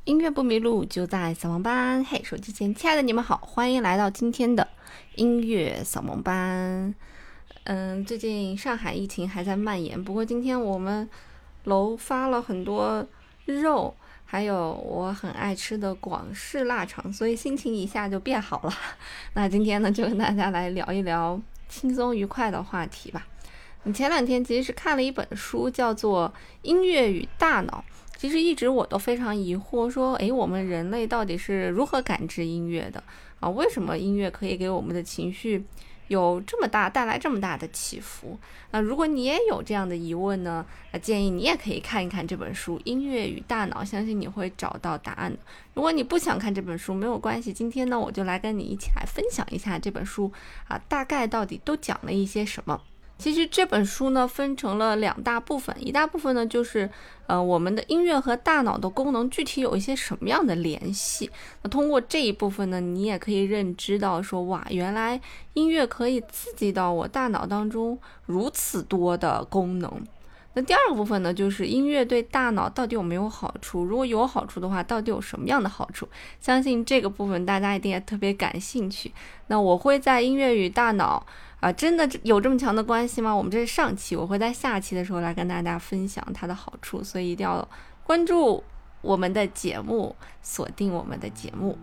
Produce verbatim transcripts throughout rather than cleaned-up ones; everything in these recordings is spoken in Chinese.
音乐不迷路，就在扫盲班。嘿，手机前亲爱的你们好，欢迎来到今天的音乐扫盲班。嗯，最近上海疫情还在蔓延，不过今天我们楼发了很多肉，还有我很爱吃的广式腊肠，所以心情一下就变好了。那今天呢，就跟大家来聊一聊轻松愉快的话题吧。你前两天其实是看了一本书，叫做《音乐与大脑》。其实一直我都非常疑惑，说，诶，我们人类到底是如何感知音乐的啊？为什么音乐可以给我们的情绪有这么大，带来这么大的起伏？那如果你也有这样的疑问呢，那建议你也可以看一看这本书《音乐与大脑》，相信你会找到答案的。如果你不想看这本书，没有关系，今天呢，我就来跟你一起来分享一下这本书啊，大概到底都讲了一些什么。其实这本书呢分成了两大部分，一大部分呢就是呃我们的音乐和大脑的功能具体有一些什么样的联系。那通过这一部分呢，你也可以认知到说，哇，原来音乐可以刺激到我大脑当中如此多的功能。那第二个部分呢，就是音乐对大脑到底有没有好处？如果有好处的话，到底有什么样的好处？相信这个部分大家一定也特别感兴趣。那我会在音乐与大脑啊，真的有这么强的关系吗？我们这是上期，我会在下期的时候来跟大家分享它的好处，所以一定要关注我们的节目，锁定我们的节目。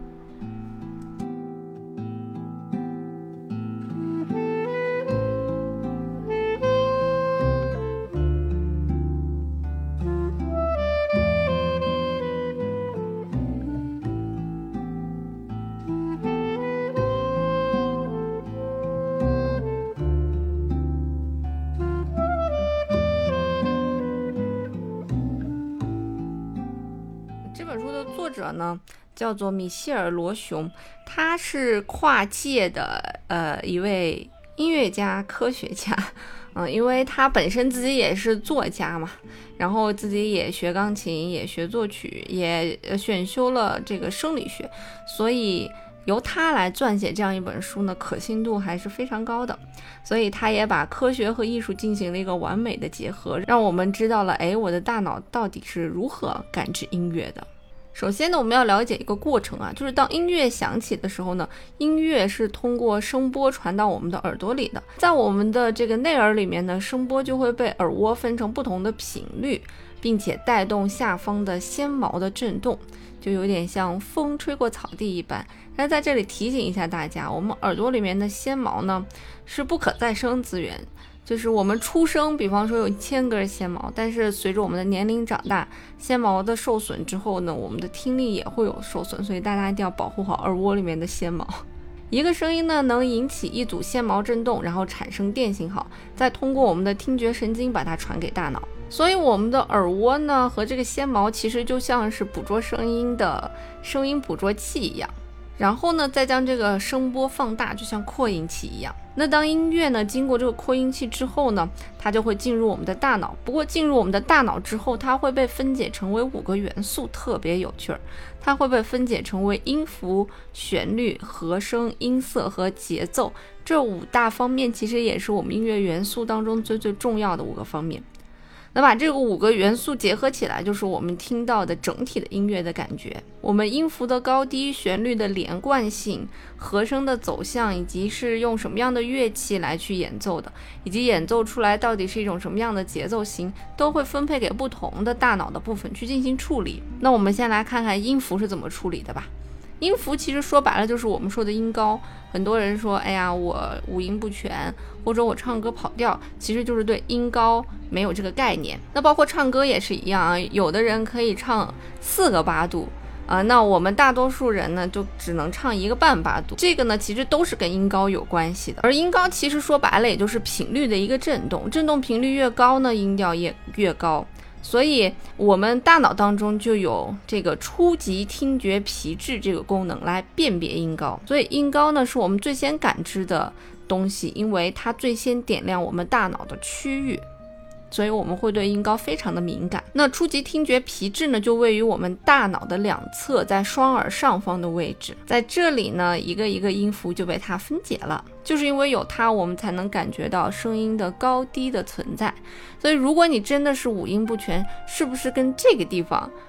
这本书的作者呢叫做米歇尔·罗雄，他是跨界的呃一位音乐家、科学家，嗯，因为他本身自己也是作家嘛，然后自己也学钢琴，也学作曲，也选修了这个生理学，所以由他来撰写这样一本书呢，可信度还是非常高的。所以他也把科学和艺术进行了一个完美的结合，让我们知道了，哎，我的大脑到底是如何感知音乐的。首先呢，我们要了解一个过程啊，就是当音乐响起的时候呢，音乐是通过声波传到我们的耳朵里的，在我们的这个内耳里面呢，声波就会被耳蜗分成不同的频率，并且带动下方的纤毛的震动，就有点像风吹过草地一般。但是在这里提醒一下大家，我们耳朵里面的纤毛呢是不可再生资源，就是我们出生比方说有一千根纤毛，但是随着我们的年龄长大，纤毛的受损之后呢，我们的听力也会有受损，所以大家一定要保护好耳蜗里面的纤毛。一个声音呢能引起一组纤毛振动，然后产生电信号，再通过我们的听觉神经把它传给大脑。所以我们的耳蜗呢和这个纤毛其实就像是捕捉声音的声音捕捉器一样，然后呢再将这个声波放大，就像扩音器一样。那当音乐呢经过这个扩音器之后呢，它就会进入我们的大脑。不过进入我们的大脑之后，它会被分解成为五个元素，特别有趣儿。它会被分解成为音符、旋律、和声、音色和节奏，这五大方面其实也是我们音乐元素当中最最重要的五个方面。那把这个五个元素结合起来，就是我们听到的整体的音乐的感觉。我们音符的高低、旋律的连贯性、和声的走向，以及是用什么样的乐器来去演奏的，以及演奏出来到底是一种什么样的节奏型，都会分配给不同的大脑的部分去进行处理。那我们先来看看音符是怎么处理的吧。音符其实说白了就是我们说的音高。很多人说，哎呀，我五音不全，或者我唱歌跑调，其实就是对音高没有这个概念。那包括唱歌也是一样啊，有的人可以唱四个八度啊、呃，那我们大多数人呢就只能唱一个半八度。这个呢其实都是跟音高有关系的。而音高其实说白了也就是频率的一个振动，振动频率越高呢，音调也越高。所以我们大脑当中就有这个初级听觉皮质这个功能来辨别音高，所以音高呢是我们最先感知的东西，因为它最先点亮我们大脑的区域。所以我们会对音高非常的敏感。那初级听觉皮质呢，就位于我们大脑的两侧，在双耳上方的位置。在这里呢，一个一个音符就被它分解了，就是因为有它，我们才能感觉到声音的高低的存在。所以如果你真的是五音不全，是不是跟这个地方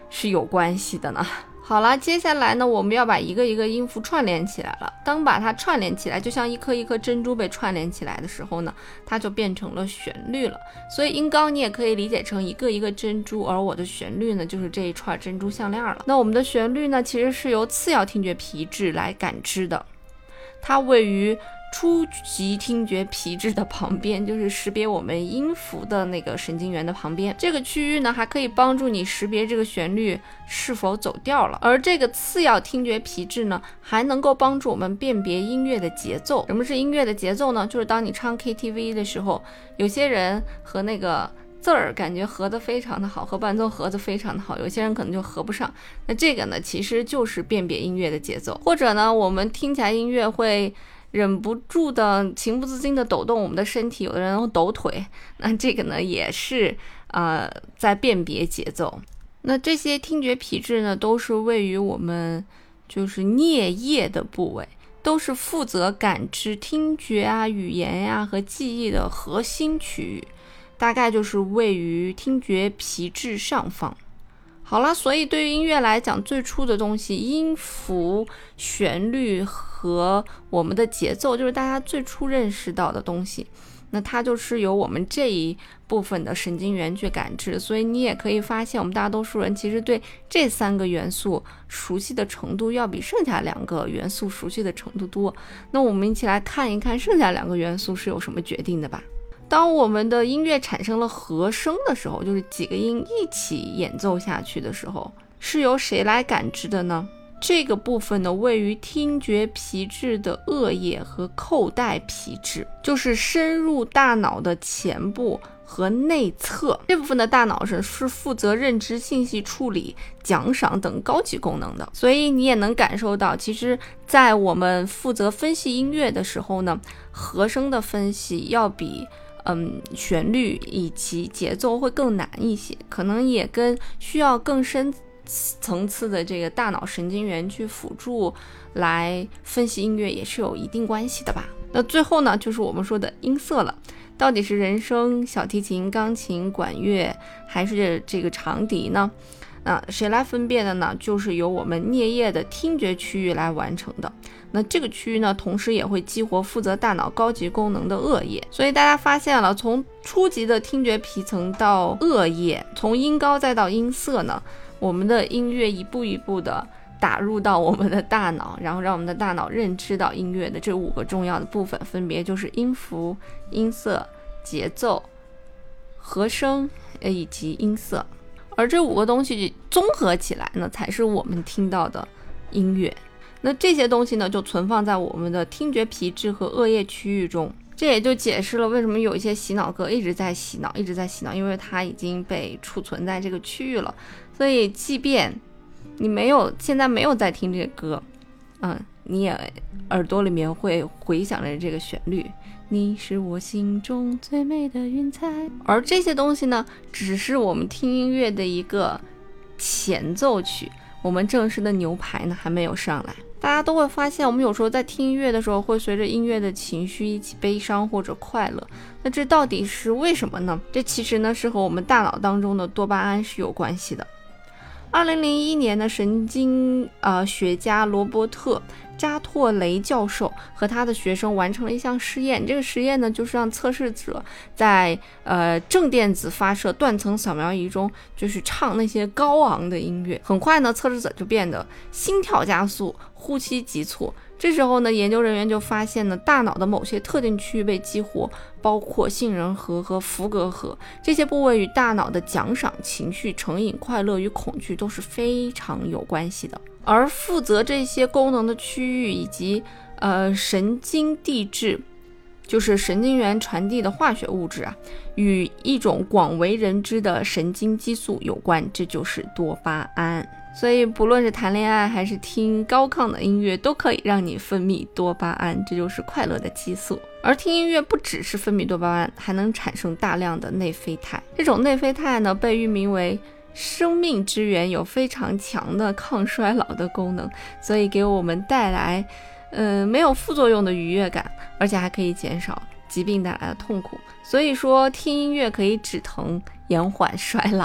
是有关系的呢？好了，接下来呢，我们要把一个一个音符串联起来了。当把它串联起来，就像一颗一颗珍珠被串联起来的时候呢，它就变成了旋律了。所以音高你也可以理解成一个一个珍珠，而我的旋律呢，就是这一串珍珠项链了。那我们的旋律呢，其实是由次要听觉皮质来感知的，它位于初级听觉皮质的旁边，就是识别我们音符的那个神经元的旁边。这个区域呢，还可以帮助你识别这个旋律是否走调了。而这个次要听觉皮质呢，还能够帮助我们辨别音乐的节奏。什么是音乐的节奏呢？就是当你唱 K T V 的时候，有些人和那个字儿感觉合得非常的好，和伴奏合得非常的好，有些人可能就合不上。那这个呢，其实就是辨别音乐的节奏。或者呢，我们听起来音乐会忍不住的情不自禁的抖动我们的身体，有的人抖腿，那这个呢也是呃在辨别节奏。那这些听觉皮质呢，都是位于我们就是颞叶的部位，都是负责感知听觉啊、语言呀、啊、和记忆的核心区域，大概就是位于听觉皮质上方。好了，所以对于音乐来讲，最初的东西，音符、旋律和我们的节奏，就是大家最初认识到的东西。那它就是由我们这一部分的神经元去感知，所以你也可以发现，我们大多数人其实对这三个元素熟悉的程度要比剩下两个元素熟悉的程度多。那我们一起来看一看剩下两个元素是有什么决定的吧。当我们的音乐产生了和声的时候，就是几个音一起演奏下去的时候，是由谁来感知的呢？这个部分呢，位于听觉皮质的额叶和扣带皮质，就是深入大脑的前部和内侧。这部分的大脑是是负责认知信息处理、奖赏等高级功能的。所以你也能感受到，其实在我们负责分析音乐的时候呢，和声的分析要比嗯，旋律以及节奏会更难一些，可能也跟需要更深层次的这个大脑神经元去辅助来分析音乐也是有一定关系的吧。那最后呢，就是我们说的音色了，到底是人声、小提琴、钢琴、管乐还是这个长笛呢？那谁来分辨的呢？就是由我们颞叶的听觉区域来完成的。那这个区域呢，同时也会激活负责大脑高级功能的额叶。所以大家发现了，从初级的听觉皮层到额叶，从音高再到音色呢，我们的音乐一步一步的打入到我们的大脑，然后让我们的大脑认知到音乐的这五个重要的部分，分别就是音符、音色、节奏、和声以及音色。而这五个东西综合起来呢，才是我们听到的音乐。那这些东西呢，就存放在我们的听觉皮质和额叶区域中。这也就解释了为什么有一些洗脑歌一直在洗脑，一直在洗脑，因为它已经被储存在这个区域了。所以即便你没有现在没有在听这个歌，嗯，你也耳朵里面会回响着这个旋律，你是我心中最美的云彩。而这些东西呢，只是我们听音乐的一个前奏曲，我们正式的牛排呢还没有上来。大家都会发现，我们有时候在听音乐的时候，会随着音乐的情绪一起悲伤或者快乐。那这到底是为什么呢？这其实呢是和我们大脑当中的多巴胺是有关系的。二零零一年的神经呃学家罗伯特扎托雷教授和他的学生完成了一项实验。这个实验呢，就是让测试者在呃正电子发射断层扫描仪中，就是唱那些高昂的音乐。很快呢，测试者就变得心跳加速，呼吸急促。这时候呢，研究人员就发现呢，大脑的某些特定区域被激活，包括杏仁核和福格核，这些部位与大脑的奖赏、情绪、成瘾、快乐与恐惧都是非常有关系的。而负责这些功能的区域以及呃神经递质，就是神经元传递的化学物质啊，与一种广为人知的神经激素有关，这就是多巴胺。所以不论是谈恋爱还是听高亢的音乐，都可以让你分泌多巴胺，这就是快乐的激素。而听音乐不只是分泌多巴胺，还能产生大量的内啡肽。这种内啡肽呢，被誉名为生命之源，有非常强的抗衰老的功能，所以给我们带来呃没有副作用的愉悦感，而且还可以减少疾病带来的痛苦。所以说听音乐可以止疼延缓衰老。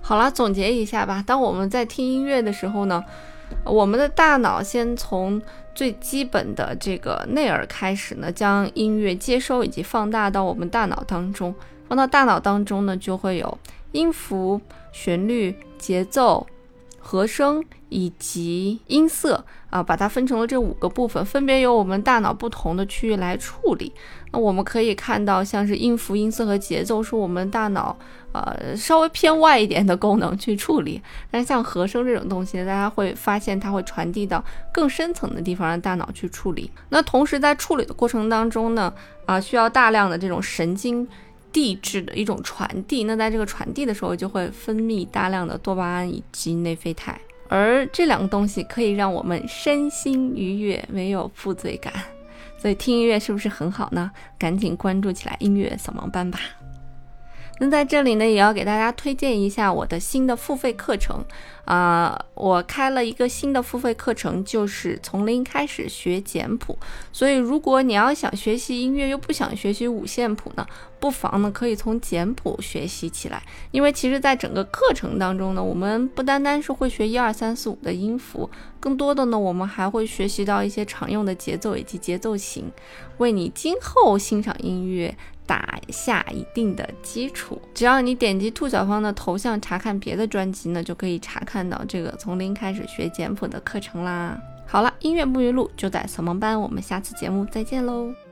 好了，总结一下吧。当我们在听音乐的时候呢，我们的大脑先从最基本的这个内耳开始呢，将音乐接收以及放大到我们大脑当中。放到大脑当中呢，就会有音符、旋律、节奏、和声以及音色啊，把它分成了这五个部分，分别由我们大脑不同的区域来处理。那我们可以看到，像是音符、音色和节奏是我们大脑呃稍微偏外一点的功能去处理，但是像和声这种东西，大家会发现它会传递到更深层的地方，让大脑去处理。那同时在处理的过程当中呢，啊，需要大量的这种神经递质的一种传递，那在这个传递的时候就会分泌大量的多巴胺以及内啡肽，而这两个东西可以让我们身心愉悦，没有负罪感。所以听音乐是不是很好呢？赶紧关注起来音乐扫盲班吧。那在这里呢，也要给大家推荐一下我的新的付费课程啊、呃，我开了一个新的付费课程，就是从零开始学简谱。所以如果你要想学习音乐又不想学习五线谱呢，不妨呢可以从简谱学习起来。因为其实在整个课程当中呢，我们不单单是会学一二三四五的音符，更多的呢我们还会学习到一些常用的节奏以及节奏型，为你今后欣赏音乐打下一定的基础。只要你点击兔小芳的头像查看别的专辑呢，就可以查看到这个从零开始学简谱的课程啦。好了，音乐不迷路就在扫盲班，我们下次节目再见喽。